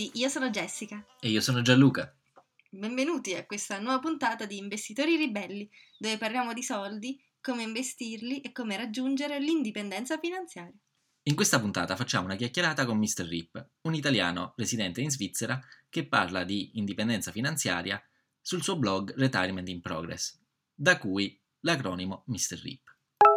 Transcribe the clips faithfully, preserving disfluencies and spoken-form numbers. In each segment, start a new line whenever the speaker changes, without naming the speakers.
tutti, io sono Jessica.
E io sono Gianluca.
Benvenuti a questa nuova puntata di Investitori Ribelli, dove parliamo di soldi, come investirli e come raggiungere l'indipendenza finanziaria.
In questa puntata facciamo una chiacchierata con mister Rip, un italiano residente in Svizzera che parla di indipendenza finanziaria sul suo blog Retirement in Progress, da cui l'acronimo mister Rip.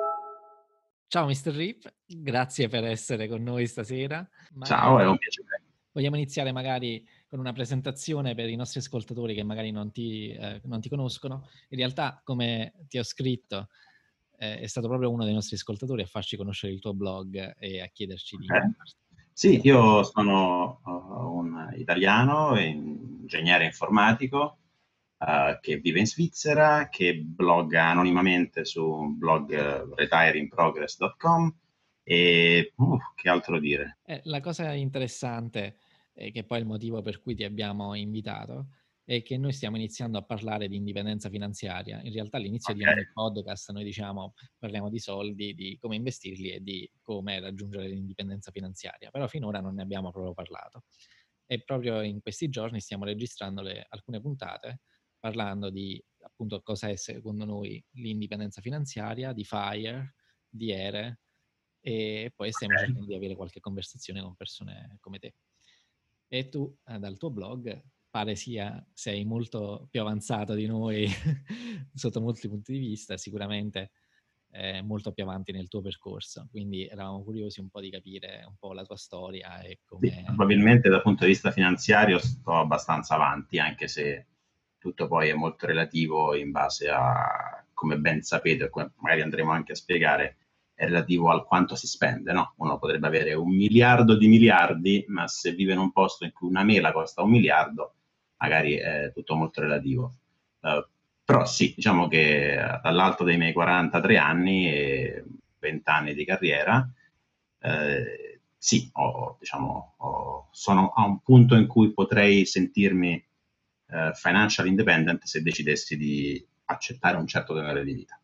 Ciao mister Rip, grazie per essere con noi stasera.
Magari
Ciao,
è un piacere.
Vogliamo iniziare magari con una presentazione per i nostri ascoltatori che magari non ti, eh, non ti conoscono. In realtà, come ti ho scritto, eh, è stato proprio uno dei nostri ascoltatori a farci conoscere il tuo blog e a chiederci di...
Okay. Sì, io sono uh, un italiano, ingegnere informatico, uh, che vive in Svizzera, che blogga anonimamente su un blog uh, retire in progress punto com e uh, che altro dire?
Eh, la cosa interessante, eh, che poi è il motivo per cui ti abbiamo invitato, è che noi stiamo iniziando a parlare di indipendenza finanziaria. In realtà all'inizio
Okay.
di ogni podcast noi diciamo, parliamo di soldi, di come investirli e di come raggiungere l'indipendenza finanziaria, però finora non ne abbiamo proprio parlato. E proprio in questi giorni stiamo registrando le, alcune puntate parlando di appunto cosa è secondo noi l'indipendenza finanziaria, di FIRE, di E R E, e poi stiamo
Okay.
cercando di avere qualche conversazione con persone come te. E tu, eh, dal tuo blog, pare sia sei molto più avanzato di noi sotto molti punti di vista, sicuramente eh, molto più avanti nel tuo percorso, quindi eravamo curiosi un po' di capire un po' la tua storia e come...
Sì, probabilmente dal punto di vista finanziario sto abbastanza avanti, anche se tutto poi è molto relativo in base a, come ben sapete, come magari andremo anche a spiegare, è relativo al quanto si spende, no? Uno potrebbe avere un miliardo di miliardi, ma se vive in un posto in cui una mela costa un miliardo, magari è tutto molto relativo. Uh, però sì, diciamo che dall'alto dei miei quarantatré anni e venti anni di carriera, eh, sì, ho, diciamo, ho, sono a un punto in cui potrei sentirmi eh, financial independent se decidessi di accettare un certo tenore di vita.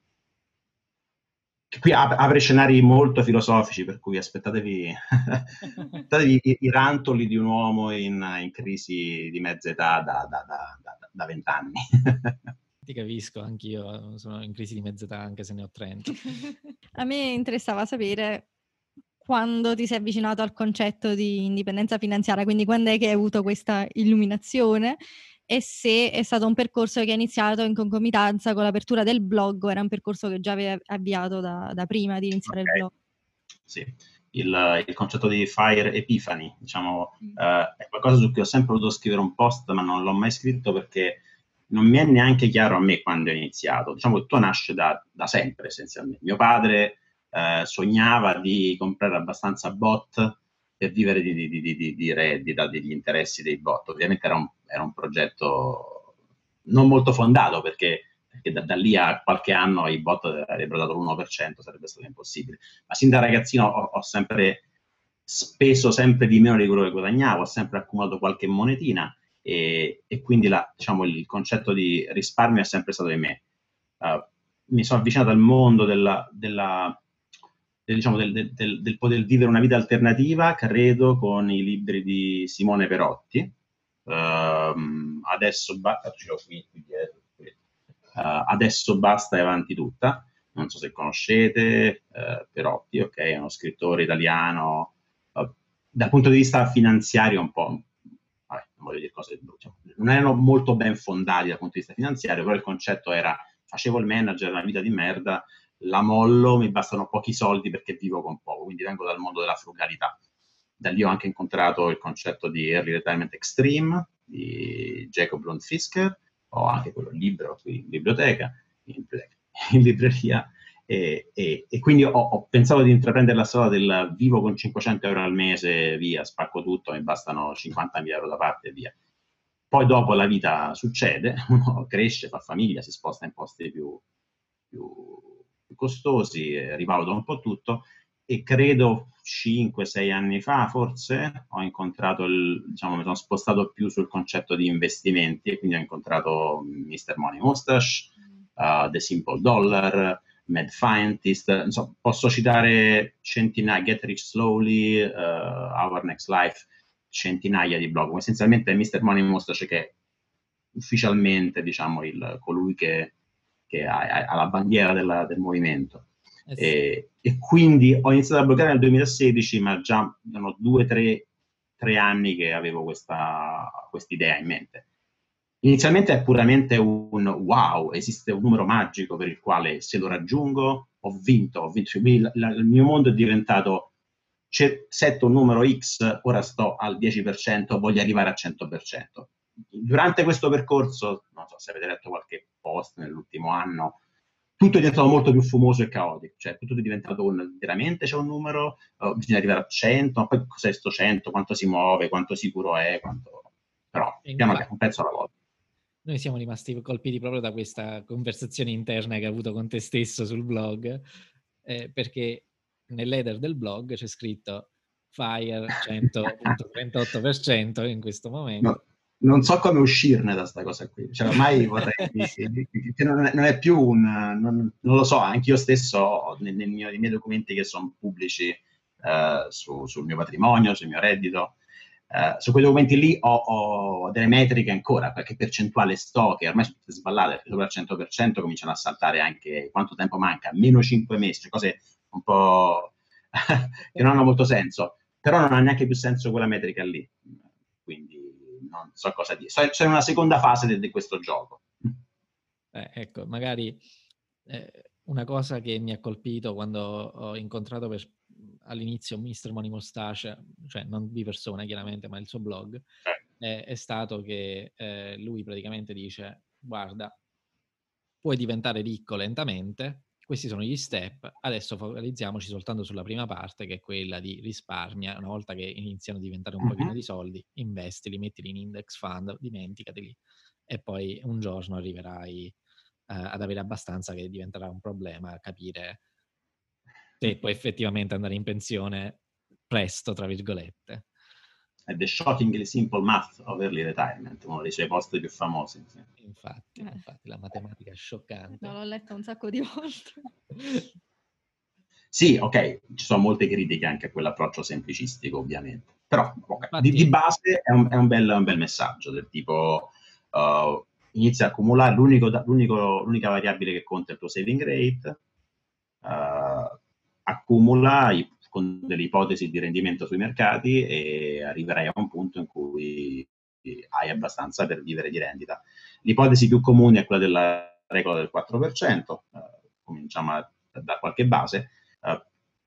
Che qui ap- apre scenari molto filosofici, per cui aspettatevi, aspettatevi i, i rantoli di un uomo in, in crisi di mezza età da, da, da, da, da vent'anni.
Ti capisco, anch'io sono in crisi di mezza età, anche se ne ho trenta.
A me interessava sapere quando ti sei avvicinato al concetto di indipendenza finanziaria, quindi quando è che hai avuto questa illuminazione e se è stato un percorso che è iniziato in concomitanza con l'apertura del blog o era un percorso che già avevi avviato da, da prima di iniziare
Okay.
il blog.
Sì, il, il concetto di FIRE Epiphany, diciamo,
Mm.
eh, è qualcosa su cui ho sempre voluto scrivere un post, ma non l'ho mai scritto perché non mi è neanche chiaro a me quando è iniziato. Diciamo che tutto nasce da, da sempre, essenzialmente. Mio padre eh, sognava di comprare abbastanza bot per vivere di, di, di, di, di reddito, degli interessi dei bot. Ovviamente era un, era un progetto non molto fondato, perché, perché da, da lì a qualche anno i bot avrebbero dato l'uno per cento, sarebbe stato impossibile. Ma sin da ragazzino ho, ho sempre speso sempre di meno di quello che guadagnavo, ho sempre accumulato qualche monetina e, e quindi la, diciamo, il concetto di risparmio è sempre stato in me. Uh, mi sono avvicinato al mondo della, della, del, diciamo, del, del, del, del poter vivere una vita alternativa, credo, con i libri di Simone Perotti. Uh, adesso basta, ce l'ho qui, qui dietro, qui. Uh, adesso basta e avanti tutta. Non so se conoscete uh, Perotti, ok, è uno scrittore italiano. Uh, dal punto di vista finanziario un po', vabbè, non voglio dire cose, diciamo, non erano molto ben fondati dal punto di vista finanziario, però il concetto era: facevo il manager, una vita di merda, la mollo, mi bastano pochi soldi perché vivo con poco, quindi vengo dal mondo della frugalità. Da lì ho anche incontrato il concetto di Early Retirement Extreme di Jacob Lund Fisker, ho anche quello libro qui in biblioteca, in, biblioteca, in libreria, e, e, e quindi ho, ho pensato di intraprendere la strada del vivo con cinquecento euro al mese, via, spacco tutto, mi bastano cinquantamila euro da parte e via. Poi dopo la vita succede, uno cresce, fa famiglia, si sposta in posti più, più, più costosi, eh, rivaluta un po' tutto, e credo cinque sei anni fa forse ho incontrato il, diciamo, mi sono spostato più sul concetto di investimenti e quindi ho incontrato mister Money Mustache, uh, The Simple Dollar, Mad Scientist, insomma, posso citare centinaia, Get Rich Slowly, uh, Our Next Life, centinaia di blog, essenzialmente mister Money Mustache, che è ufficialmente, diciamo, il, colui che, che ha, ha la bandiera della, del movimento.
Eh sì.
e, e quindi ho iniziato a bloggare nel duemilasedici, ma già erano due, tre, tre anni che avevo questa idea in mente. Inizialmente è puramente un wow, esiste un numero magico per il quale se lo raggiungo ho vinto, ho vinto. Il, il mio mondo è diventato setto un numero X, ora sto al dieci per cento, voglio arrivare al cento per cento. Durante questo percorso, non so se avete letto qualche post nell'ultimo anno, tutto è diventato molto più fumoso e caotico, cioè tutto è diventato un, veramente c'è un numero, uh, bisogna arrivare a cento, ma poi cos'è sto cento, quanto si muove, quanto sicuro è, quanto... però piano piano, un pezzo alla volta.
Noi siamo rimasti colpiti proprio da questa conversazione interna che hai avuto con te stesso sul blog, eh, perché nell'header del blog c'è scritto Fire cento virgola trentotto per cento in questo momento.
No, non so come uscirne da sta cosa qui, cioè ormai vorrei che non, non è più un non, non lo so, anche io stesso nel, nel mio, nei miei documenti che sono pubblici uh, su, sul mio patrimonio, sul mio reddito, uh, su quei documenti lì ho, ho delle metriche ancora, qualche percentuale sto che ormai sono tutte sballate, sopra il cento per cento cominciano a saltare anche quanto tempo manca, meno cinque mesi, cioè cose un po' che non hanno molto senso, però non ha neanche più senso quella metrica lì, quindi non so cosa dire. C'è una seconda fase di, di questo gioco.
Eh, ecco, magari eh, una cosa che mi ha colpito quando ho incontrato per, all'inizio mister Money Mustache, cioè non di persona chiaramente, ma il suo blog, eh. è, è stato che eh, lui praticamente dice: guarda, puoi diventare ricco lentamente, questi sono gli step, adesso focalizziamoci soltanto sulla prima parte, che è quella di risparmia. Una volta che iniziano a diventare un uh-huh. pochino di soldi, investili, mettili in index fund, dimenticateli, e poi un giorno arriverai uh, ad avere abbastanza che diventerà un problema capire se puoi effettivamente andare in pensione presto, tra virgolette.
È The Shockingly Simple Math of Early Retirement, uno dei suoi post più famosi. Sì.
Infatti, eh. infatti, la matematica è scioccante.
No, l'ho letta un sacco di volte.
Sì, ok, ci sono molte critiche anche a quell'approccio semplicistico, ovviamente. Però okay,
Infatti,
di, di base è un, è un, bel, un bel messaggio, del tipo uh, inizia a accumulare, l'unico, l'unico, l'unica variabile che conta è il tuo saving rate, uh, accumula i, con delle ipotesi di rendimento sui mercati e arriverai a un punto in cui hai abbastanza per vivere di rendita. L'ipotesi più comune è quella della regola del quattro per cento, uh, cominciamo a, da qualche base. Uh,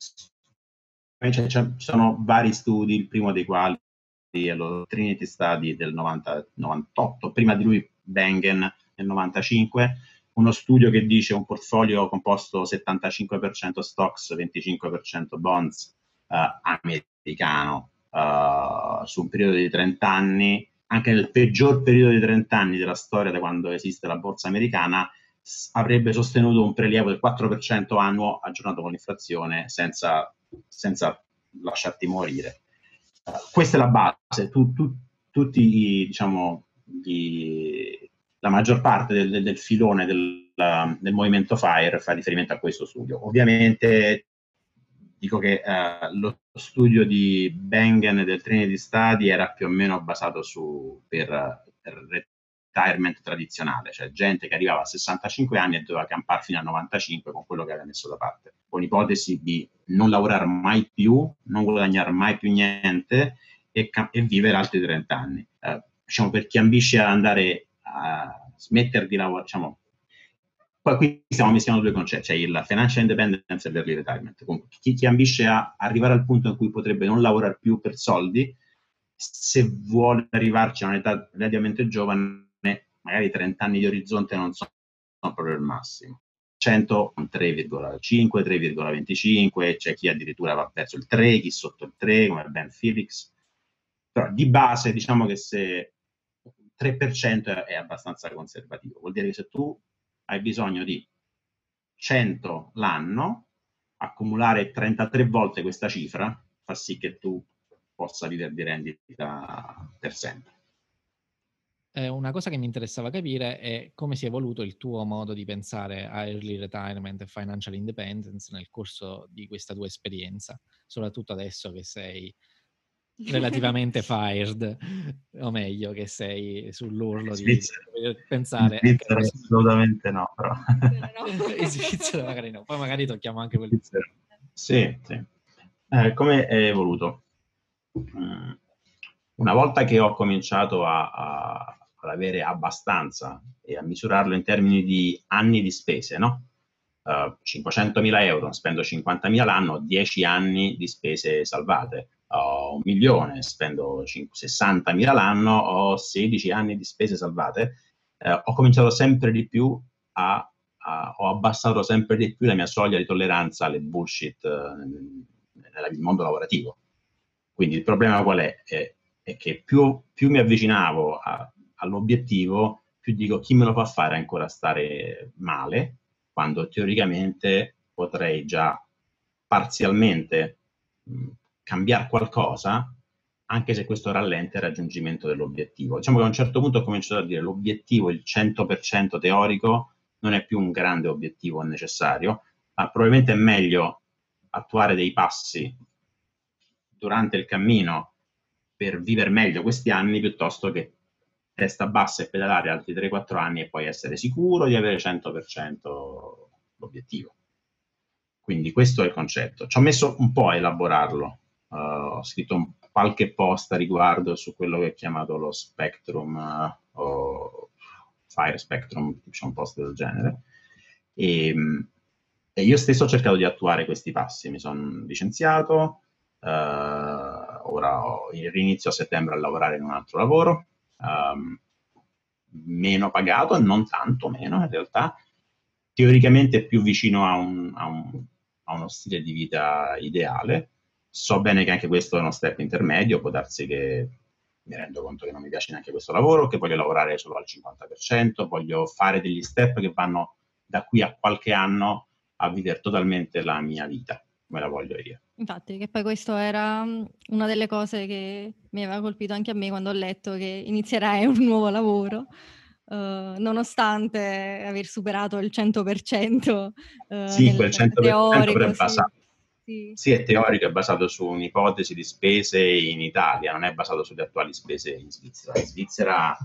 ci sono vari studi, il primo dei quali è lo Trinity Study del novanta, novantotto, prima di lui Bengen nel novantacinque, uno studio che dice un portfolio composto settantacinque per cento stocks, venticinque per cento bonds uh, americano uh, su un periodo di trenta anni, anche nel peggior periodo di trenta anni della storia da quando esiste la borsa americana, avrebbe sostenuto un prelievo del quattro per cento annuo aggiornato con l'inflazione senza, senza lasciarti morire. Uh, questa è la base. Tu, tu, tutti, diciamo, gli, la maggior parte del, del, del filone del, uh, del movimento FIRE fa riferimento a questo studio. Ovviamente dico che uh, lo studio di Bengen del Trinity Study era più o meno basato su per, per retirement tradizionale, cioè gente che arrivava a sessantacinque anni e doveva campare fino a novantacinque con quello che aveva messo da parte, con ipotesi di non lavorare mai più, non guadagnare mai più niente e, e vivere altri trenta anni. Eh, diciamo, per chi ambisce ad andare a smettere di lavorare, diciamo, poi qui stiamo mischiando due concetti, cioè il financial independence e l'early retirement. Comunque, chi, chi ambisce a arrivare al punto in cui potrebbe non lavorare più per soldi, se vuole arrivarci a un'età relativamente giovane, magari trenta anni di orizzonte non sono, sono proprio il massimo. cento, tre virgola cinque, tre virgola venticinque, c'è chi addirittura va verso il tre, chi sotto il tre, come Ben Felix. Però di base diciamo che se tre per cento è abbastanza conservativo, vuol dire che se tu hai bisogno di cento l'anno, accumulare trentatré volte questa cifra fa sì che tu possa vivere di rendita per sempre.
Eh, una cosa che mi interessava capire è come si è evoluto il tuo modo di pensare a early retirement e financial independence nel corso di questa tua esperienza, soprattutto adesso che sei relativamente fired, o meglio, che sei sull'orlo di
Svizzera.
pensare...
In Svizzera
okay,
assolutamente no, però.
No.
in Svizzera magari no, poi magari tocchiamo anche quel...
Sì, sì. Eh, come è evoluto? Mm. Una volta che ho cominciato a, a, ad avere abbastanza e a misurarlo in termini di anni di spese, no? Uh, cinquecentomila euro, spendo cinquantamila l'anno, dieci anni di spese salvate. Ho un milione, spendo sessantamila l'anno, ho sedici anni di spese salvate. Uh, ho cominciato sempre di più a, a, ho abbassato sempre di più la mia soglia di tolleranza alle bullshit uh, nel mondo lavorativo. Quindi il problema qual è? È, è che più, più mi avvicinavo a, all'obiettivo, più dico chi me lo fa fare ancora stare male, quando teoricamente potrei già parzialmente mh, cambiare qualcosa, anche se questo rallenta il raggiungimento dell'obiettivo. Diciamo che a un certo punto ho cominciato a dire l'obiettivo, il cento per cento teorico, non è più un grande obiettivo necessario, ma probabilmente è meglio attuare dei passi durante il cammino per vivere meglio questi anni piuttosto che testa bassa e pedalare altri tre quattro anni e poi essere sicuro di avere cento per cento l'obiettivo. Quindi questo è il concetto. Ci ho messo un po' a elaborarlo. Uh, ho scritto un, qualche post a riguardo su quello che è chiamato lo Spectrum uh, o Fire Spectrum, c'è un post del genere. E, e io stesso ho cercato di attuare questi passi. Mi sono licenziato, uh, ora ho, rinizio a settembre a lavorare in un altro lavoro, um, meno pagato, non tanto meno in realtà, teoricamente più vicino a, un, a, un, a uno stile di vita ideale. So bene che anche questo è uno step intermedio, può darsi che mi rendo conto che non mi piace neanche questo lavoro, che voglio lavorare solo al cinquanta per cento, voglio fare degli step che vanno da qui a qualche anno a vivere totalmente la mia vita, come la voglio io.
Infatti, che poi questo era una delle cose che mi aveva colpito anche a me quando ho letto che inizierai un nuovo lavoro, uh, nonostante aver superato il cento per cento uh,
sì,
nel
quel cento per cento
teorico.
però è
sì.
basato.
Sì.
Sì, è teorico, è basato su un'ipotesi di spese in Italia, non è basato sulle attuali spese in Svizzera. In Svizzera,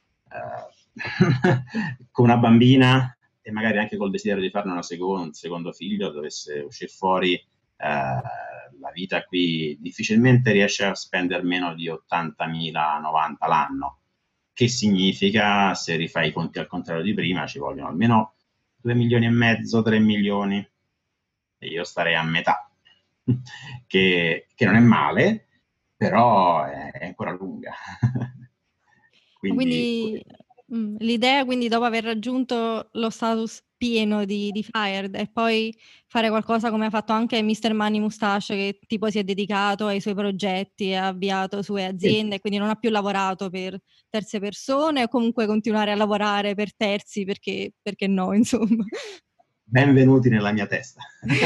eh, con una bambina e magari anche col desiderio di farne una seconda, un secondo figlio, dovesse uscire fuori, eh, la vita qui difficilmente riesce a spendere meno di ottantamila novanta l'anno, che significa, se rifai i conti al contrario di prima, ci vogliono almeno due milioni e mezzo, tre milioni, e io starei a metà. Che, che non è male, però è, è ancora lunga.
quindi, quindi l'idea, quindi dopo aver raggiunto lo status pieno di, di Fired e poi fare qualcosa come ha fatto anche mister Money Mustache, che tipo si è dedicato ai suoi progetti, ha avviato sue aziende, sì. Quindi non ha più lavorato per terze persone, o comunque continuare a lavorare per terzi, perché, perché no, insomma.
Benvenuti nella mia testa.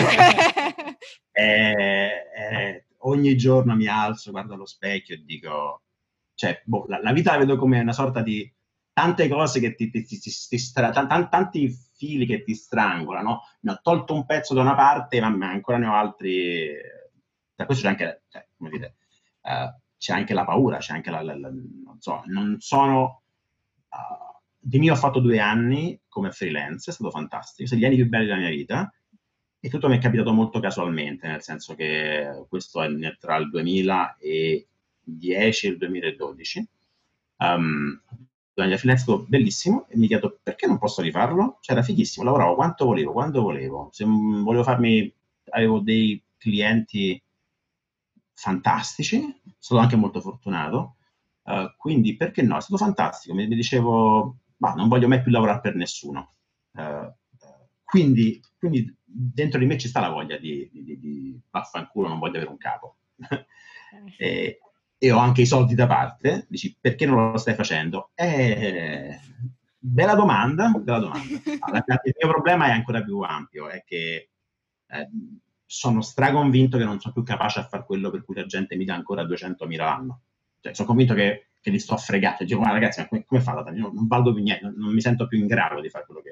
eh, eh, ogni giorno mi alzo, guardo allo specchio e dico, cioè, boh, la, la vita la vedo come una sorta di tante cose che ti, ti, ti, ti, ti stra, t- tanti fili che ti strangolano. Mi ho tolto un pezzo da una parte, ma ancora ne ho altri. Per questo c'è anche, cioè, come dire, uh, c'è anche la paura, c'è anche la, la, la non so, non sono. Uh, di mio ho fatto due anni come freelance, è stato fantastico, sono gli anni più belli della mia vita, e tutto mi è capitato molto casualmente, nel senso che questo è tra il duemiladieci e il duemiladodici. Um, la mia freelance è stato bellissimo e mi chiedo perché non posso rifarlo? Cioè era fighissimo, lavoravo quanto volevo, quando volevo, se volevo farmi, avevo dei clienti fantastici, sono stato anche molto fortunato, uh, quindi perché no, è stato fantastico, mi, mi dicevo, ma non voglio mai più lavorare per nessuno, uh, quindi, quindi dentro di me ci sta la voglia di, di, di, di vaffanculo, non voglio avere un capo. e, e ho anche i soldi da parte, dici perché non lo stai facendo? Eh, bella domanda, bella domanda. Allora, il mio problema è ancora più ampio, è che eh, sono straconvinto che non sono più capace a fare quello per cui la gente mi dà ancora duecentomila l'anno. Cioè, sono convinto che, che li sto fregando. Dico, ma ragazzi, ma come, come fate? Non, non valgo più niente, non, non mi sento più in grado di fare quello che,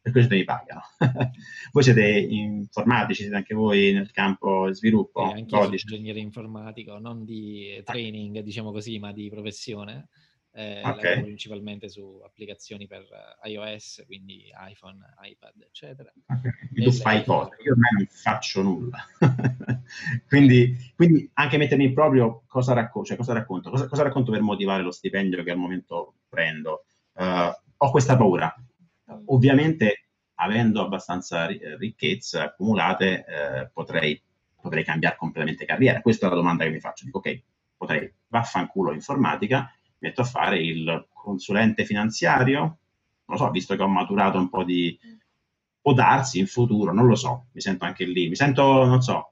per questo mi pagano. Voi siete informatici, siete anche voi nel campo sviluppo?
Sì, anche io sono ingegnere informatico, non di training, diciamo così, ma di professione. Eh,
Ok.
Lavoro principalmente su applicazioni per iOS, quindi iPhone, iPad, eccetera.
Okay. Tu fai cose, io ormai non faccio nulla. quindi, quindi anche mettermi in proprio cosa, racco- cioè cosa racconto, cosa, cosa racconto per motivare lo stipendio che al momento prendo. Uh, ho questa paura. Ovviamente, avendo abbastanza ricchezze accumulate, eh, potrei, potrei cambiare completamente carriera. Questa è la domanda che mi faccio. Dico, ok, potrei vaffanculo informatica, metto a fare il consulente finanziario, non lo so, visto che ho maturato un po' di... Può darsi in futuro, non lo so, mi sento anche lì, mi sento, non so,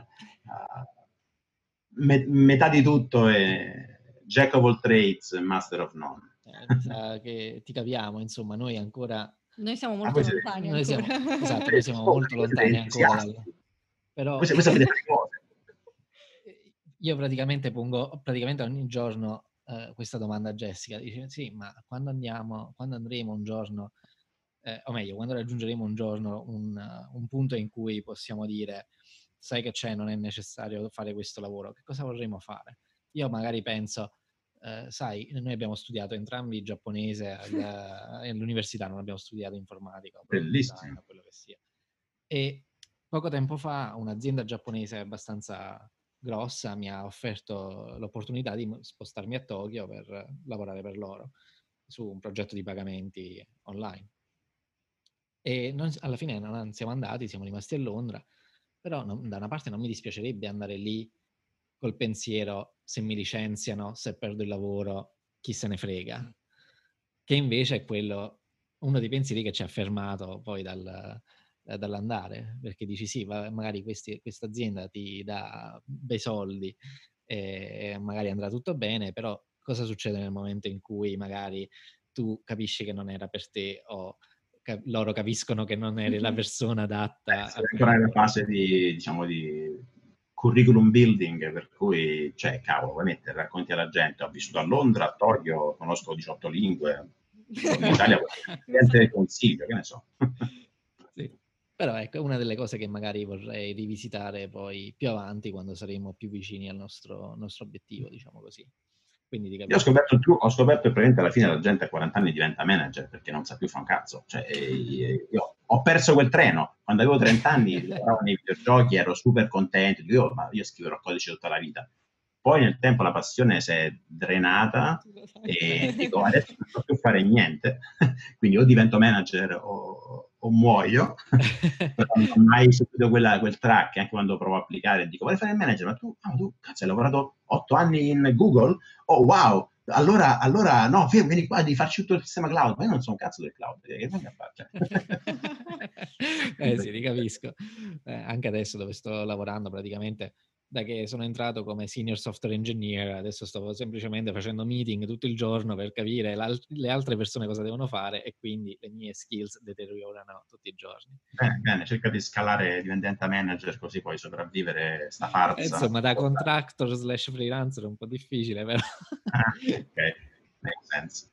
me- metà di tutto è Jack of all trades, master of none.
Eh, mi sa che ti capiamo, insomma, noi ancora...
Noi siamo
Ah,
molto
voi siete-
lontani
Noi siamo,
ancora.
esatto, noi siamo
Oh,
molto
voi siete
lontani ancora dal...
entusiasti.
Però
Voi, voi sapete fare cose.
io praticamente pongo praticamente ogni giorno eh, questa domanda a Jessica. Dice, sì, ma quando andiamo, quando andremo un giorno, eh, o meglio, quando raggiungeremo un giorno un, uh, un punto in cui possiamo dire, sai che c'è, non è necessario fare questo lavoro, che cosa vorremmo fare? Io magari penso, eh, sai, noi abbiamo studiato entrambi giapponese al, all'università, non abbiamo studiato informatica o
Bellissimo.
design o quello che sia. E poco tempo fa un'azienda giapponese abbastanza grossa mi ha offerto l'opportunità di spostarmi a Tokyo per lavorare per loro su un progetto di pagamenti online. E non, alla fine non siamo andati, siamo rimasti a Londra, però non, da una parte non mi dispiacerebbe andare lì col pensiero, se mi licenziano, se perdo il lavoro, chi se ne frega, che invece è quello, uno dei pensieri che ci ha fermato poi dal, dall'andare, perché dici sì, magari questa azienda ti dà bei soldi e magari andrà tutto bene, però cosa succede nel momento in cui magari tu capisci che non era per te o Cap- loro capiscono che non eri la persona adatta.
È ancora nella fase di, diciamo, di curriculum building, per cui, cioè, cavolo, vuoi mettere, racconti alla gente, ho vissuto a Londra, a Tokyo, conosco diciotto lingue, in Italia niente consiglio, che ne so.
Sì. Però ecco, è una delle cose che magari vorrei rivisitare poi più avanti, quando saremo più vicini al nostro, nostro obiettivo, diciamo così. Quindi di
Io ho scoperto il trucco, ho scoperto che praticamente alla fine la gente a quaranta anni diventa manager perché non sa più fare un cazzo. Cioè, io ho perso quel treno. Quando avevo trenta anni lavoravo nei videogiochi, ero super contento, io, ma io scriverò codice tutta la vita. Poi nel tempo la passione si è drenata e dico adesso non so più fare niente, quindi o divento manager o, o muoio. Però non ho mai seguito quella, quel track, anche quando provo a applicare dico vorrei fare il manager, ma tu, ah, tu cazzo, hai lavorato otto anni in Google? Oh wow, allora, allora no, vieni qua, devi farci tutto il sistema cloud. Ma io non sono un cazzo del cloud, che venga a fare?
Eh sì, ti capisco. Eh, anche adesso dove sto lavorando praticamente, da che sono entrato come senior software engineer, adesso sto semplicemente facendo meeting tutto il giorno per capire le altre persone cosa devono fare e quindi le mie skills deteriorano tutti i giorni.
Bene, bene, cerca di scalare, diventa manager così puoi sopravvivere sta farsa.
Eh, insomma, da contractor slash freelancer è un po' difficile, però.
Ah, ok, makes sense.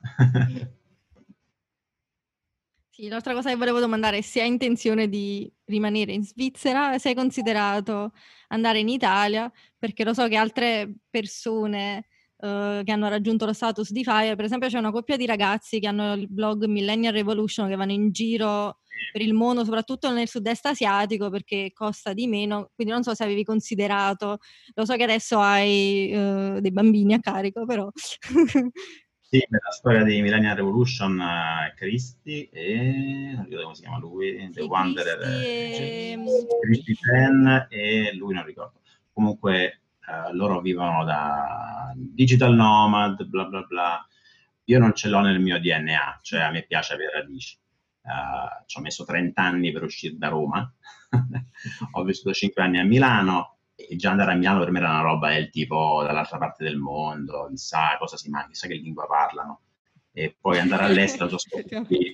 Sì, l'altra cosa che volevo domandare è se hai intenzione di rimanere in Svizzera, se hai considerato andare in Italia, perché lo so che altre persone uh, che hanno raggiunto lo status di Fire, per esempio c'è una coppia di ragazzi che hanno il blog Millennial Revolution che vanno in giro per il mondo, soprattutto nel sud-est asiatico, perché costa di meno, quindi non so se avevi considerato, lo so che adesso hai uh, dei bambini a carico, però...
Sì, la storia di Millennial Revolution, uh, Christy e non ricordo come si chiama lui,
sì,
The Wanderer,
e...
Christy Ten e lui non ricordo. Comunque uh, loro vivono da digital nomad, bla bla bla. Io non ce l'ho nel mio D N A, cioè a me piace avere radici. Uh, ci ho messo trenta anni per uscire da Roma, ho vissuto cinque anni a Milano. E già andare a Milano per me era una roba del tipo dall'altra parte del mondo, chissà cosa si mangia, chissà che lingua parlano. E poi andare all'estero, sono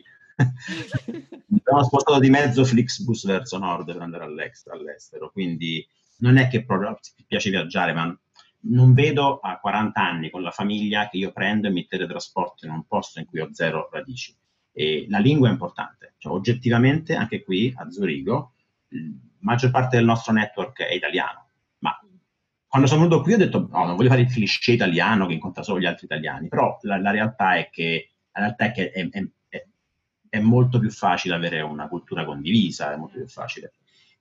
mi sono spostato di mezzo Flixbus verso nord per andare all'estero, quindi non è che proprio mi piace viaggiare, ma non vedo a quaranta anni con la famiglia che io prendo e mi teletrasporto in un posto in cui ho zero radici. E la lingua è importante, cioè oggettivamente anche qui a Zurigo la maggior parte del nostro network è italiano, ma quando sono venuto qui ho detto no, non voglio fare il cliché italiano che incontra solo gli altri italiani, però la, la realtà è che, la realtà è, che è, è, è, è molto più facile avere una cultura condivisa, è molto più facile.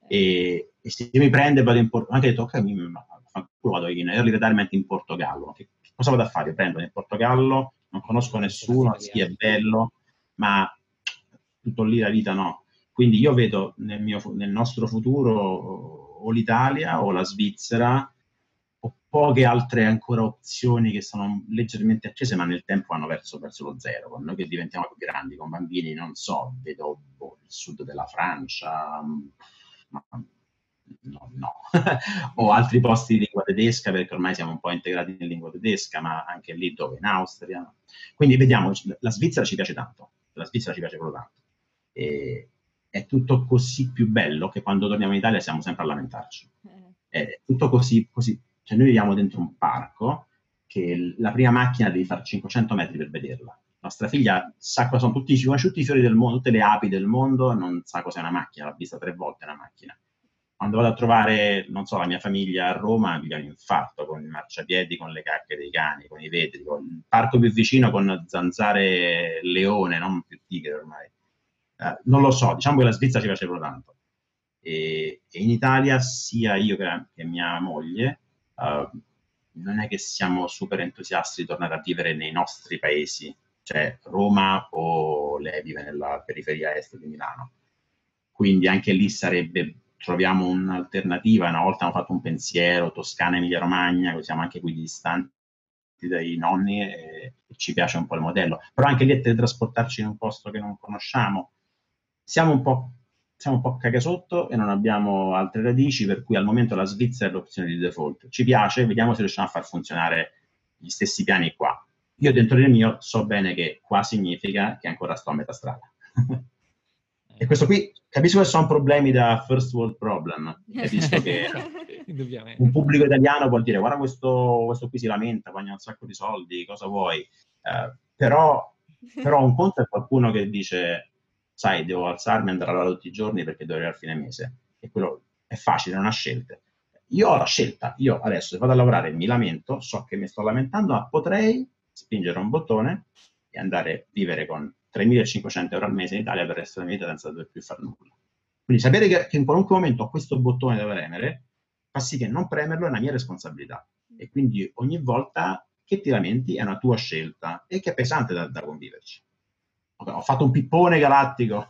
E, e se mi prende vado in Portogallo, anche detto ok, mi, vado in early retirement in Portogallo, che, che cosa vado a fare? Io prendo in Portogallo, non conosco nessuno, sì è bello, ma tutto lì la vita no. Quindi io vedo nel, mio, nel nostro futuro o l'Italia o la Svizzera o poche altre ancora opzioni che sono leggermente accese, ma nel tempo vanno verso, verso lo zero. Con noi che diventiamo più grandi, con bambini, non so, vedo boh, il sud della Francia, ma, no, no. o altri posti di lingua tedesca, perché ormai siamo un po' integrati in lingua tedesca, ma anche lì dove? In Austria. Quindi vediamo, la Svizzera ci piace tanto, la Svizzera ci piace proprio tanto. E è tutto così più bello che quando torniamo in Italia siamo sempre a lamentarci. È tutto così, così. Cioè noi viviamo dentro un parco che la prima macchina devi fare cinquecento metri per vederla. Nostra figlia sa cosa sono tutti, tutti i fiori del mondo, tutte le api del mondo, non sa cos'è una macchina, l'ha vista tre volte una macchina. Quando vado a trovare, non so, la mia famiglia a Roma, mi viene un infarto con i marciapiedi, con le cacche dei cani, con i vetri, con il parco più vicino con zanzare leone, non più tigre ormai. Uh, non lo so, diciamo che la Svizzera ci piace proprio tanto. E, e in Italia, sia io che, che mia moglie, uh, non è che siamo super entusiasti di tornare a vivere nei nostri paesi, cioè Roma o lei vive nella periferia est di Milano. Quindi anche lì sarebbe, troviamo un'alternativa. Una volta abbiamo fatto un pensiero, Toscana, Emilia Romagna, così siamo anche qui distanti dai nonni e, e ci piace un po' il modello. Però anche lì è teletrasportarci in un posto che non conosciamo. Siamo un po', siamo un po' cagasotto e non abbiamo altre radici, per cui al momento la Svizzera è l'opzione di default. Ci piace, vediamo se riusciamo a far funzionare gli stessi piani qua. Io dentro del mio so bene che qua significa che ancora sto a metà strada. E questo qui, capisco che sono problemi da first world problem, capisco che un pubblico italiano vuol dire guarda questo, questo qui si lamenta, guadagna un sacco di soldi, cosa vuoi? Uh, però, però un conto è qualcuno che dice sai, devo alzarmi e andare a lavorare tutti i giorni perché devo arrivare a fine mese. E quello è facile, non ha scelte. Io ho la scelta. Io adesso, se vado a lavorare, mi lamento, so che mi sto lamentando, ma potrei spingere un bottone e andare a vivere con tremilacinquecento euro al mese in Italia per il resto della mia vita senza dover più fare nulla. Quindi sapere che, che in qualunque momento ho questo bottone da premere fa sì che non premerlo è una mia responsabilità. E quindi ogni volta che ti lamenti è una tua scelta e che è pesante da, da conviverci. Ho fatto un pippone galattico.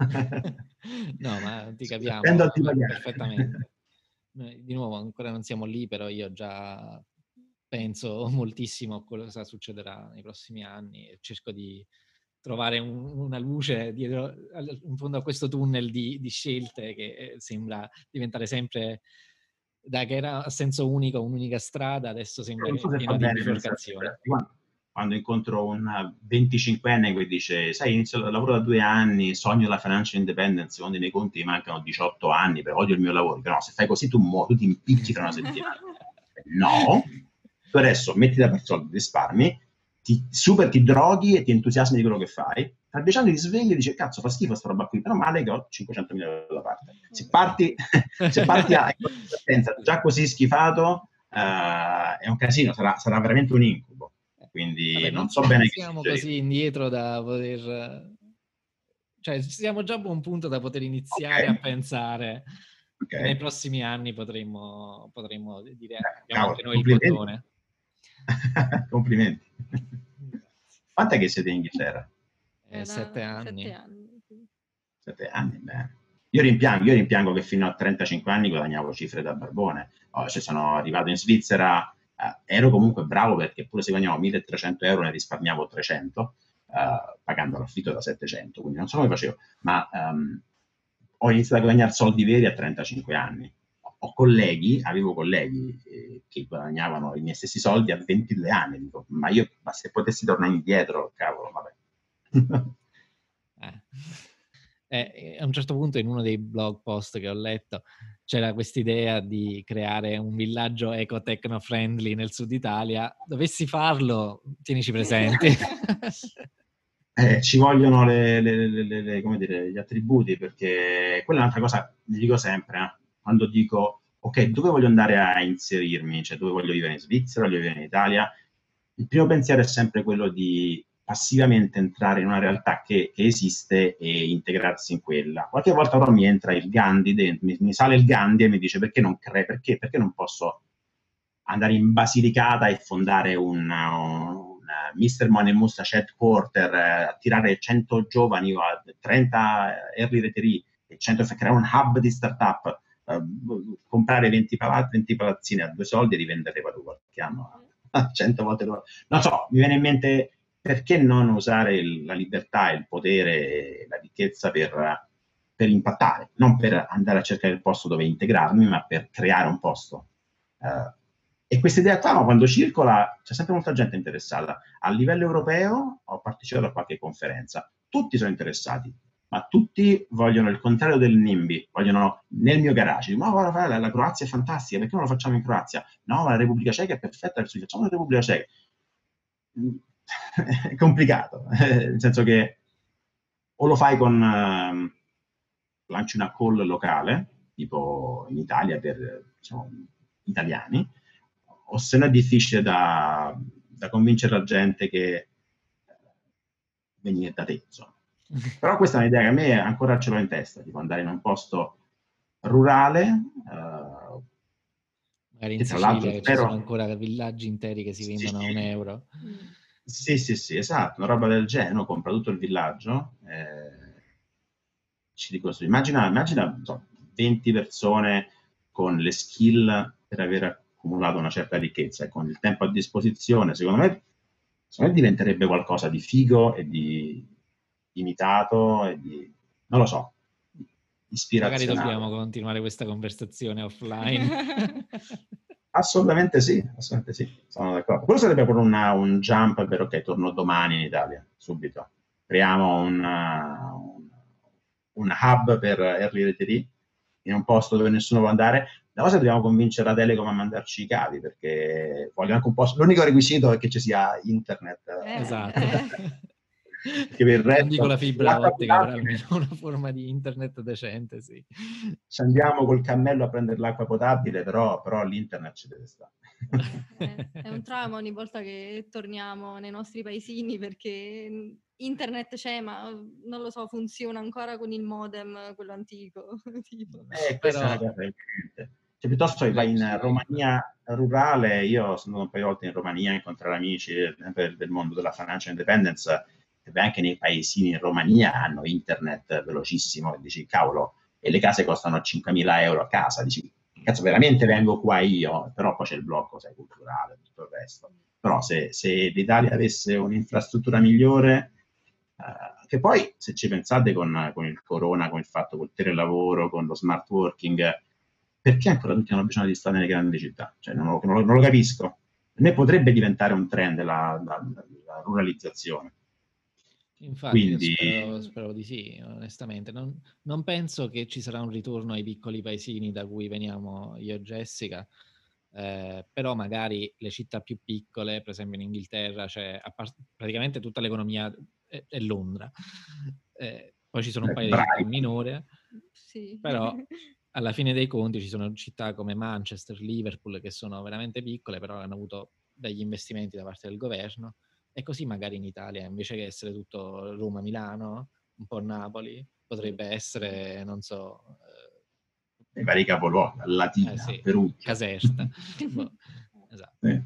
No, ma ti capiamo perfettamente. Di nuovo, ancora non siamo lì, però io già penso moltissimo a cosa succederà nei prossimi anni e cerco di trovare un, una luce dietro, in fondo a questo tunnel di, di scelte che sembra diventare sempre, da che era a senso unico, un'unica strada, adesso sembra so pieno di bifurcazioni.
Quando incontro un venticinquenne che dice sai, inizio il lavoro da due anni, sogno la financial independence, secondo i miei conti mi mancano diciotto anni, però odio il mio lavoro. Però se fai così tu muori, tu ti impicchi fra una settimana. No, tu adesso metti da parte soldi, risparmi, ti, super ti droghi e ti entusiasmi di quello che fai. Tra dieci anni ti svegli e dici cazzo fa schifo sta roba qui, però male che ho cinquecentomila euro da parte. Se parti, se parti a già così schifato, uh, è un casino, sarà, sarà veramente un incubo. Quindi
Vabbè,
non,
non
so bene
siamo che così indietro da poter, cioè siamo già a buon punto da poter iniziare okay. a pensare okay. che nei prossimi anni potremmo, potremmo dire eh, abbiamo
cavolo,
anche noi il bottone.
Complimenti. Quant'è che siete in Inghilterra?
Eh, sette anni.
Sette anni.
Sette anni, bene. Io rimpiango, io rimpiango che fino a trentacinque anni guadagnavo cifre da barbone. Oh, cioè sono arrivato in Svizzera. Uh, ero comunque bravo perché pure se guadagnavo milletrecento euro ne risparmiavo trecento uh, pagando l'affitto da settecento, quindi non so come facevo, ma um, ho iniziato a guadagnare soldi veri a trentacinque anni. Ho colleghi, avevo colleghi eh, che guadagnavano i miei stessi soldi a ventidue anni, dico, ma io ma se potessi tornare indietro, cavolo, vabbè.
eh. Eh, a un certo punto in uno dei blog post che ho letto c'era quest'idea di creare un villaggio eco-techno-friendly nel sud Italia. Dovessi farlo, tienici presenti.
Eh, ci vogliono le, le- le- le- le- come dire, gli attributi, perché quella è un'altra cosa, vi dico sempre, eh, quando dico, ok, dove voglio andare a inserirmi, cioè dove voglio vivere in Svizzera, voglio vivere in Italia, il primo pensiero è sempre quello di passivamente entrare in una realtà che, che esiste e integrarsi in quella. Qualche volta però mi entra il Gandhi, dentro, mi, mi sale il Gandhi e mi dice perché non cre- perché, perché non posso andare in Basilicata e fondare un, un mister Money Mustache Headquarter, eh, attirare cento giovani, trenta early retiree, e cento, creare un hub di startup, eh, comprare venti, palazzi, venti palazzine a due soldi e rivenderle poi dopo qualche anno a cento volte dopo. Non so, mi viene in mente perché non usare il, la libertà, il potere e la ricchezza per, per impattare, non per andare a cercare il posto dove integrarmi, ma per creare un posto. Uh, e questa idea qua, quando circola, c'è sempre molta gente interessata. A livello europeo ho partecipato a qualche conferenza, tutti sono interessati, ma tutti vogliono il contrario del NIMBY, vogliono nel mio garage. Ma no, la, la Croazia è fantastica, perché non lo facciamo in Croazia? No, ma la Repubblica Ceca è perfetta, facciamo la Repubblica Ceca. È complicato, nel senso che o lo fai con, eh, lanci una call locale, tipo in Italia per, diciamo, italiani, o se no è difficile da, da convincere la gente che venire da te, insomma. Però questa è un'idea che a me ancora ce l'ho in testa, tipo andare in un posto rurale, eh,
magari in
che tra
Sicilia,
l'altro
che ci
spero...
sono ancora villaggi interi che si
Sì,
vendono a un euro.
sì, sì, sì, esatto, una roba del genere, no? Compra tutto il villaggio, eh, ci ricostruisce. Immagina, immagina so, venti persone con le skill per aver accumulato una certa ricchezza e con il tempo a disposizione, secondo me, secondo me diventerebbe qualcosa di figo e di imitato e di, non lo so,
Magari
ispirazionale.
dobbiamo continuare questa conversazione offline.
Assolutamente sì, assolutamente sì, sono d'accordo. Quello sarebbe proprio una, un jump per ok, torno domani in Italia, subito. Creiamo una, un, un hub per early retiree in un posto dove nessuno può andare. La cosa dobbiamo convincere la Telecom a mandarci i cavi, perché voglio anche un posto... L'unico requisito è che ci sia internet.
Eh,
Esatto.
eh.
Perché per il
Non dico
resto,
la fibra
l'acqua
ottica, però
potabile,
almeno una forma di internet decente, sì.
ci andiamo col cammello a prendere l'acqua potabile, però, però l'internet ci deve stare.
Eh, è un trauma ogni volta che torniamo nei nostri paesini perché internet c'è, ma non lo so, funziona ancora con il modem, quello antico. Tipo.
Eh, questa
Però
è una cosa evidente. Cioè, piuttosto che vai in
leggi...
Romania rurale, io sono andato un paio di volte in Romania a incontrare amici del, del mondo della financial independence, e anche nei paesini in Romania hanno internet velocissimo, e dici, cavolo, e le case costano cinquemila euro a casa, dici, cazzo, veramente vengo qua io, però poi c'è il blocco, sai, culturale, tutto il resto. Però se, se l'Italia avesse un'infrastruttura migliore, eh, che poi, se ci pensate con, con il corona, con il fatto col telelavoro, con lo smart working, perché ancora tutti hanno bisogno di stare nelle grandi città? Cioè, non, lo, non, lo, non lo capisco. A me potrebbe diventare un trend la, la, la ruralizzazione.
Infatti, io
Quindi,
spero, spero di sì, onestamente. Non, non penso che ci sarà un ritorno ai piccoli paesini da cui veniamo io e Jessica, eh, però magari le città più piccole, per esempio in Inghilterra, c'è part- praticamente tutta l'economia è, è Londra. Eh, poi ci sono un
eh,
paio di città
Brighton.
minori,
Sì.
però alla fine dei conti ci sono città come Manchester, Liverpool, che sono veramente piccole, però hanno avuto degli investimenti da parte del governo. E così magari in Italia, invece che essere tutto Roma, Milano, un po' Napoli, potrebbe essere, non so...
I vari capoluoghi,
Eh, eh
Latina,
sì,
Perugia.
Caserta. Boh, esatto.
Sì.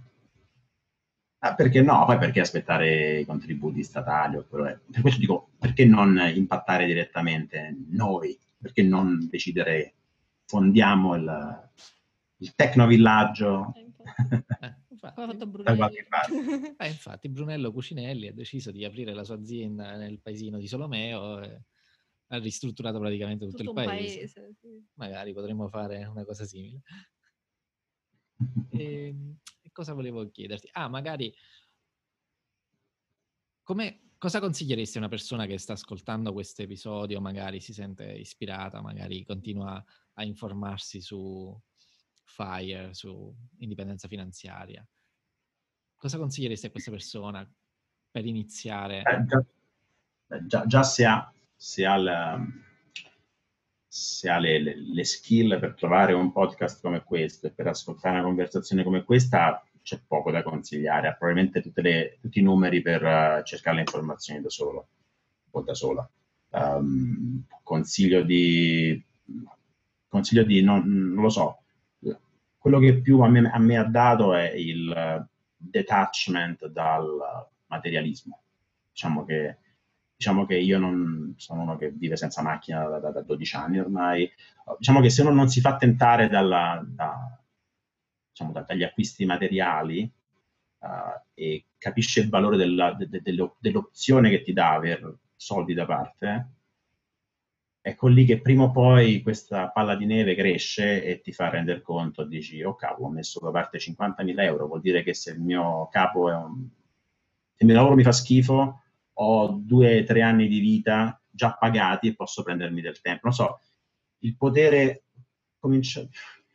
Ah, perché no? Poi perché aspettare i contributi statali? Oppure... Per questo dico, perché non impattare direttamente noi? Perché non decidere, fondiamo il, il tecnovillaggio
Eh, infatti.
Eh, infatti,
Come ha fatto
da qualche
Brunello.
parte?
eh, infatti, Brunello Cucinelli ha deciso di aprire la sua azienda nel paesino di Solomeo e ha ristrutturato praticamente tutto il
Tutto un
paese.
paese. Sì.
Magari potremmo fare una cosa simile. E, e cosa volevo chiederti? Ah, magari come, cosa consiglieresti a una persona che sta ascoltando questo episodio, magari si sente ispirata, magari continua a informarsi su FIRE, su indipendenza finanziaria? Cosa consiglieresti a questa persona per iniziare?
Eh, già, già, già se ha, se ha, la, se ha le, le, le skill per trovare un podcast come questo e per ascoltare una conversazione come questa, c'è poco da consigliare, ha probabilmente tutte le, tutti i numeri per uh, cercare le informazioni da solo o da sola. Um, consiglio di consiglio di non, non lo so, quello che più a me, a me ha dato è il detachment dal materialismo. Diciamo che diciamo che io non sono uno che vive senza macchina da, da, da dodici anni ormai. Diciamo che se uno non si fa tentare dalla, da, diciamo, da, dagli acquisti materiali uh, e capisce il valore della, de, de, dell'opzione che ti dà aver soldi da parte, ecco lì che prima o poi questa palla di neve cresce e ti fa rendere conto, dici, oh cavolo, ho messo da parte cinquantamila euro, vuol dire che se il mio capo è un... se il mio lavoro mi fa schifo, ho due o tre anni di vita già pagati e posso prendermi del tempo. Non so, il potere comincia...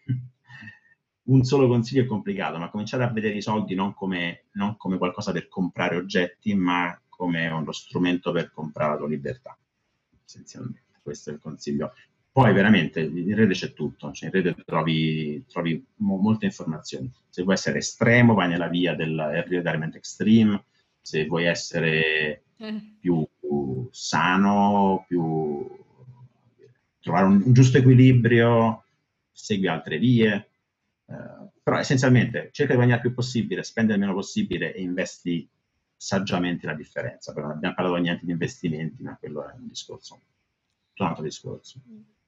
un solo consiglio è complicato, ma cominciare a vedere i soldi non come, non come qualcosa per comprare oggetti, ma come uno strumento per comprare la tua libertà, essenzialmente. Questo è il consiglio. Poi veramente in rete c'è tutto, cioè in rete trovi, trovi mo- molte informazioni. Se vuoi essere estremo, vai nella via del early retirement extreme, se vuoi essere più sano, più trovare un, un giusto equilibrio, segui altre vie. Uh, però essenzialmente cerca di guadagnare il più possibile, spende il meno possibile e investi saggiamente la differenza. Però non abbiamo parlato niente di investimenti, ma quello è un discorso. Un altro discorso.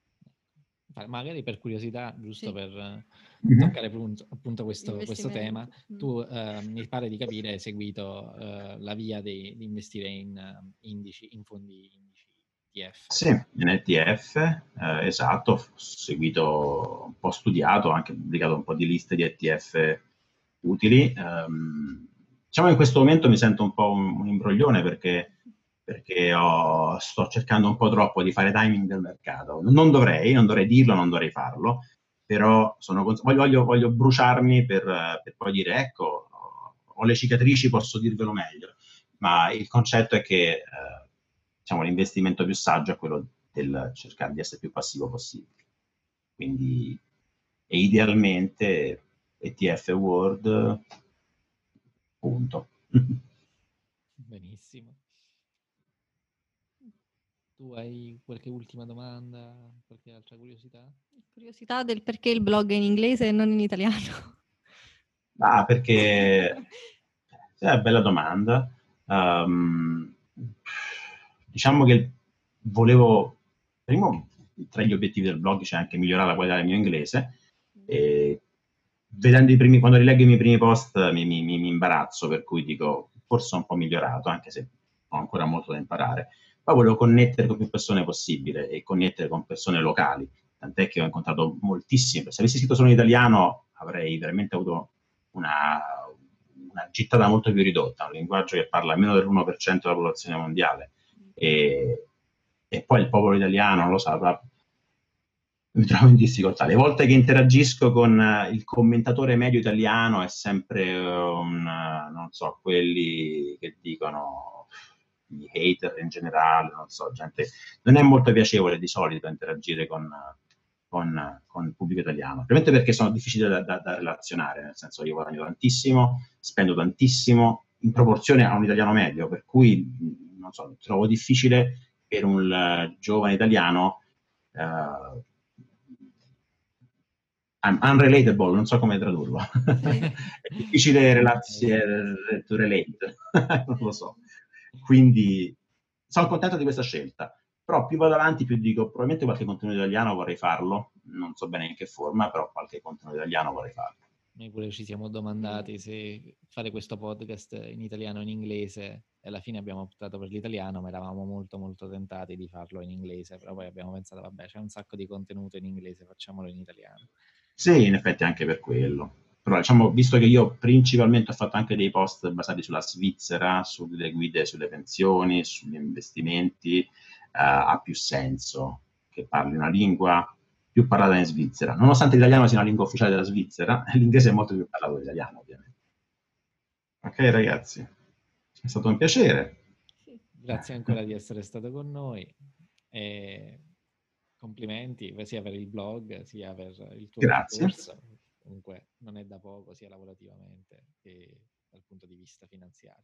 Magari per curiosità, giusto sì. per
mm-hmm.
toccare appunto, appunto questo, questo tema, mm. tu eh, mi pare di capire hai seguito eh, la via di, di investire in uh, indici, in fondi indici E T F.
Sì, in E T F, eh, esatto, ho seguito, un po' studiato, ho anche pubblicato un po' di liste di E T F utili. Um, diciamo che in questo momento mi sento un po' un, un imbroglione perché perché ho, sto cercando un po' troppo di fare timing del mercato. Non dovrei, non dovrei dirlo, non dovrei farlo, però sono, voglio, voglio bruciarmi per, per poi dire, ecco, ho le cicatrici, posso dirvelo meglio. Ma il concetto è che eh, diciamo, l'investimento più saggio è quello del cercare di essere più passivo possibile. Quindi, e idealmente, E T F World, punto.
Benissimo. Tu hai qualche ultima domanda, qualche altra curiosità?
Curiosità del perché il blog è in inglese e non in italiano?
Ah, perché è una bella domanda. Um, diciamo che volevo, primo, tra gli obiettivi del blog c'è anche migliorare la qualità del mio inglese. E vedendo i primi, quando rileggo i miei primi post mi, mi, mi imbarazzo, per cui dico forse ho un po' migliorato, anche se ho ancora molto da imparare. Poi volevo connettere con più persone possibile e connettere con persone locali, tant'è che ho incontrato moltissime. Se avessi scritto solo in italiano avrei veramente avuto una, una gittata molto più ridotta, un linguaggio che parla meno dell'uno per cento della popolazione mondiale. E, e poi il popolo italiano, non lo so, mi trovo in difficoltà. Le volte che interagisco con il commentatore medio italiano è sempre un, non so, quelli che dicono... gli hater in generale, non so, gente, non è molto piacevole di solito interagire con, con, con il pubblico italiano, ovviamente perché sono difficili da, da, da relazionare, nel senso io guadagno tantissimo, spendo tantissimo in proporzione a un italiano medio, per cui, non so, trovo difficile per un uh, giovane italiano uh, unrelatable, non so come tradurlo, è difficile relazionare to relate, non lo so. Quindi sono contento di questa scelta, però più vado avanti più dico probabilmente qualche contenuto italiano vorrei farlo, non so bene in che forma, però qualche contenuto italiano vorrei farlo.
Noi pure ci siamo domandati se fare questo podcast in italiano o in inglese e alla fine abbiamo optato per l'italiano, ma eravamo molto molto tentati di farlo in inglese, però poi abbiamo pensato vabbè c'è un sacco di contenuto in inglese, facciamolo in italiano.
Sì, in effetti anche per quello. Però diciamo, visto che io principalmente ho fatto anche dei post basati sulla Svizzera, sulle guide, sulle pensioni, sugli investimenti, uh, ha più senso che parli una lingua più parlata in Svizzera. Nonostante l'italiano sia una lingua ufficiale della Svizzera, l'inglese è molto più parlato dell'italiano, ovviamente. Ok ragazzi, è stato un piacere.
grazie ancora di essere stato con noi e complimenti sia per il blog sia per il tuo
Grazie.
percorso. Comunque non è da poco sia lavorativamente che dal punto di vista finanziario.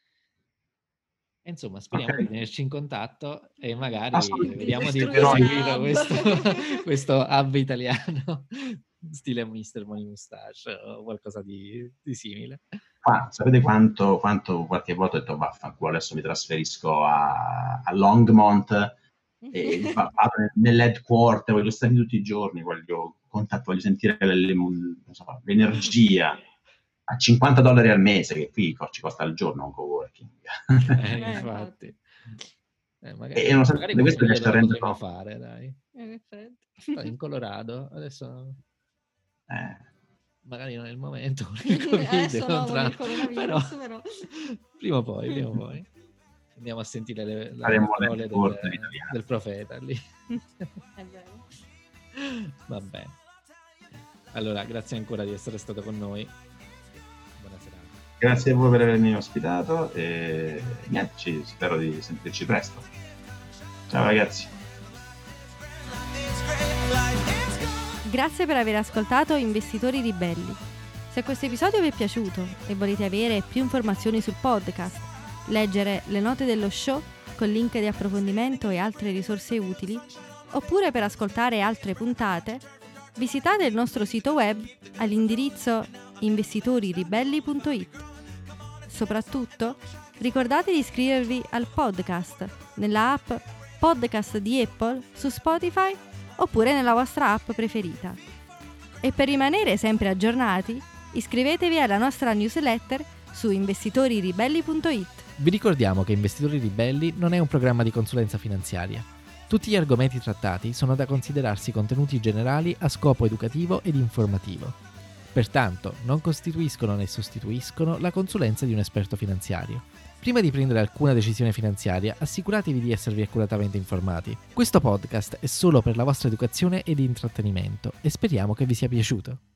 E insomma, speriamo
Okay.
di tenerci in contatto e magari
Assolutamente.
vediamo di
Costruire
proseguire
un
questo,
hub.
questo hub italiano stile mister Money Mustache o qualcosa di, di simile.
Qua, sapete quanto, quanto qualche volta ho detto vaffanculo, adesso mi trasferisco a, a Longmont e va- vado nell'headquarter, voglio stare lì tutti i giorni, voglio contatto, voglio sentire le- non so, l'energia a cinquanta dollari al mese, che qui co- ci costa al giorno un coworking.
Eh,
Eh,
infatti. Eh, magari,
E nonostante
magari
questo
qualche
riesce a
periodo lo
rendere
potremmo
conto.
fare, dai.
Eh, in effetti.
Poi in Colorado, adesso
Eh,
magari non è il momento con il Covid,
Adesso no, con
contra-
il coronavirus, però.
prima o poi, prima o poi. Andiamo a sentire le, le
faremo
parole del,
l'headquarter italiano.
del profeta lì.
È vero.
Va bene. Allora, grazie ancora di essere stato con noi. Buona serata.
Grazie a voi per avermi ospitato e niente, ci- spero di sentirci presto. Ciao ragazzi.
Grazie per aver ascoltato Investitori Ribelli. Se questo episodio vi è piaciuto e volete avere più informazioni sul podcast, leggere le note dello show con link di approfondimento e altre risorse utili, oppure per ascoltare altre puntate, visitate il nostro sito web all'indirizzo investitoriribelli punto it. Soprattutto, ricordate di iscrivervi al podcast nella app Podcast di Apple su Spotify oppure nella vostra app preferita. E per rimanere sempre aggiornati, iscrivetevi alla nostra newsletter su investitoriribelli punto it.
Vi ricordiamo che Investitori Ribelli non è un programma di consulenza finanziaria. Tutti gli argomenti trattati sono da considerarsi contenuti generali a scopo educativo ed informativo. Pertanto, non costituiscono né sostituiscono la consulenza di un esperto finanziario. Prima di prendere alcuna decisione finanziaria, assicuratevi di esservi accuratamente informati. Questo podcast è solo per la vostra educazione ed intrattenimento e speriamo che vi sia piaciuto.